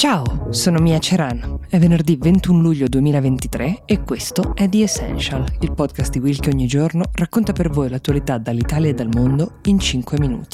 Ciao, sono Mia Ceran. È venerdì 21 luglio 2023 e questo è The Essential, il podcast di Will che ogni giorno racconta per voi l'attualità dall'Italia e dal mondo in 5 minuti.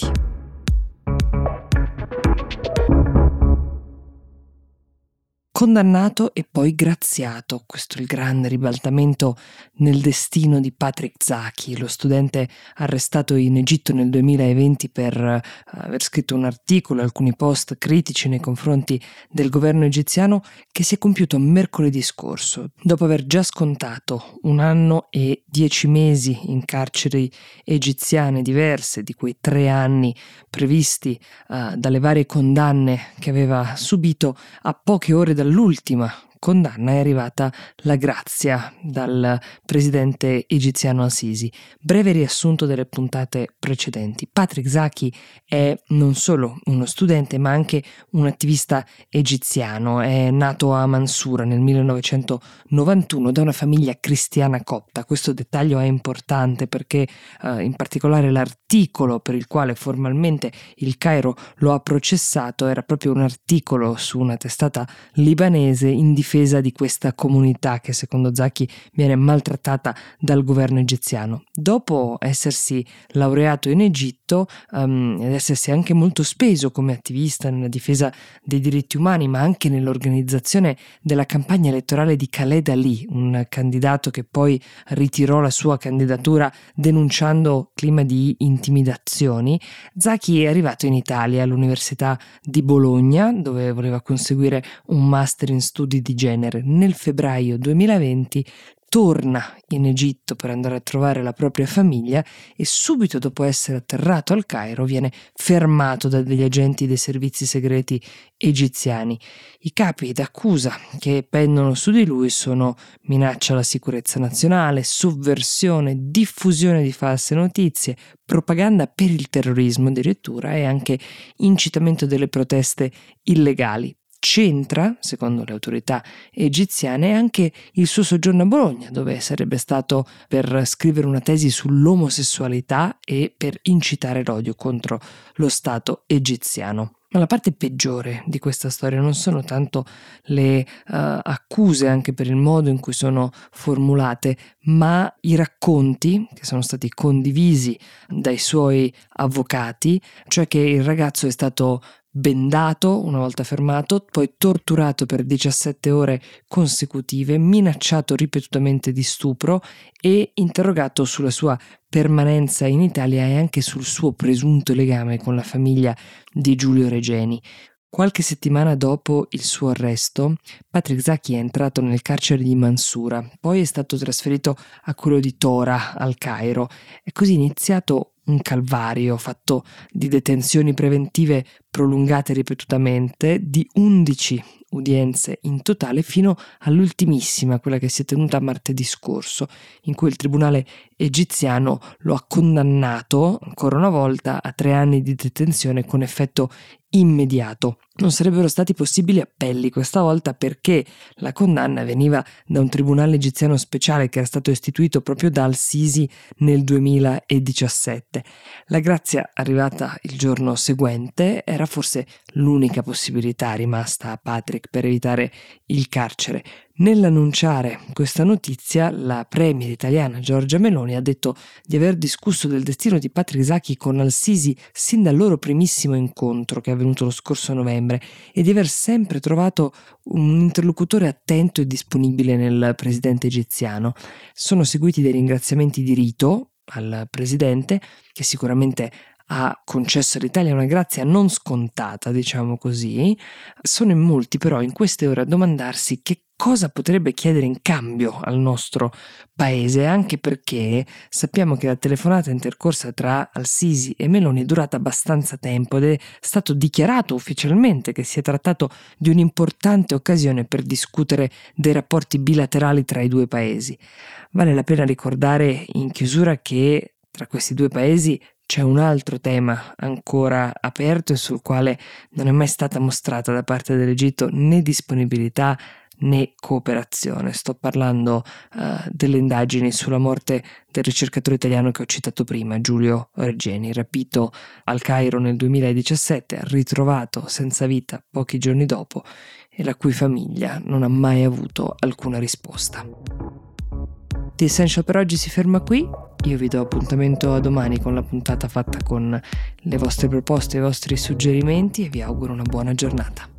Condannato e poi graziato, questo è il grande ribaltamento nel destino di Patrick Zaki, lo studente arrestato in Egitto nel 2020 per aver scritto un articolo e alcuni post critici nei confronti del governo egiziano, che si è compiuto mercoledì scorso, dopo aver già scontato 1 anno e 10 mesi in carceri egiziane diverse, di quei 3 anni previsti dalle varie condanne che aveva subito. A poche ore dall'ultima condanna è arrivata la grazia dal presidente egiziano al-Sisi. Breve riassunto delle puntate precedenti. Patrick Zaki è non solo uno studente ma anche un attivista egiziano. È nato a Mansura nel 1991 da una famiglia cristiana copta. Questo dettaglio è importante perché in particolare l'articolo per il quale formalmente il Cairo lo ha processato era proprio un articolo su una testata libanese in difesa di questa comunità che secondo Zaki viene maltrattata dal governo egiziano. Dopo essersi laureato in Egitto ed essersi anche molto speso come attivista nella difesa dei diritti umani, ma anche nell'organizzazione della campagna elettorale di Khaled Ali, un candidato che poi ritirò la sua candidatura denunciando clima di intimidazioni, Zaki è arrivato in Italia all'Università di Bologna, dove voleva conseguire un master in studi di genere. Nel febbraio 2020 torna in Egitto per andare a trovare la propria famiglia e subito dopo essere atterrato al Cairo viene fermato da degli agenti dei servizi segreti egiziani. I capi d'accusa che pendono su di lui sono minaccia alla sicurezza nazionale, sovversione, diffusione di false notizie, propaganda per il terrorismo addirittura e anche incitamento delle proteste illegali. C'entra, secondo le autorità egiziane, anche il suo soggiorno a Bologna, dove sarebbe stato per scrivere una tesi sull'omosessualità e per incitare l'odio contro lo Stato egiziano. Ma la parte peggiore di questa storia non sono tanto le accuse, anche per il modo in cui sono formulate, ma i racconti che sono stati condivisi dai suoi avvocati, cioè che il ragazzo è stato bendato una volta fermato, poi torturato per 17 ore consecutive, minacciato ripetutamente di stupro e interrogato sulla sua permanenza in Italia e anche sul suo presunto legame con la famiglia di Giulio Regeni. Qualche settimana dopo il suo arresto, Patrick Zaki è entrato nel carcere di Mansura, poi è stato trasferito a quello di Tora, al Cairo. È così iniziato un calvario fatto di detenzioni preventive prolungate ripetutamente, di 11 udienze in totale fino all'ultimissima, quella che si è tenuta martedì scorso, in cui il tribunale egiziano lo ha condannato ancora una volta a 3 anni di detenzione con effetto immediato. Non sarebbero stati possibili appelli questa volta perché la condanna veniva da un tribunale egiziano speciale che era stato istituito proprio da al-Sisi nel 2017. La grazia arrivata il giorno seguente era forse l'unica possibilità rimasta a Patrick per evitare il carcere. Nell'annunciare questa notizia, la premier italiana Giorgia Meloni ha detto di aver discusso del destino di Patrick Zaki con al-Sisi sin dal loro primissimo incontro che è avvenuto lo scorso novembre e di aver sempre trovato un interlocutore attento e disponibile nel presidente egiziano. Sono seguiti dei ringraziamenti di rito al presidente, che sicuramente ha concesso all'Italia una grazia non scontata, diciamo così. Sono in molti però in queste ore a domandarsi che cosa potrebbe chiedere in cambio al nostro paese, anche perché sappiamo che la telefonata intercorsa tra al-Sisi e Meloni è durata abbastanza tempo ed è stato dichiarato ufficialmente che si è trattato di un'importante occasione per discutere dei rapporti bilaterali tra i due paesi. Vale la pena ricordare in chiusura che tra questi due paesi c'è un altro tema ancora aperto e sul quale non è mai stata mostrata da parte dell'Egitto né disponibilità né cooperazione. Sto parlando delle indagini sulla morte del ricercatore italiano che ho citato prima, Giulio Regeni, rapito al Cairo nel 2017, ritrovato senza vita pochi giorni dopo e la cui famiglia non ha mai avuto alcuna risposta. The Essential per oggi si ferma qui. Io vi do appuntamento a domani con la puntata fatta con le vostre proposte e i vostri suggerimenti e vi auguro una buona giornata.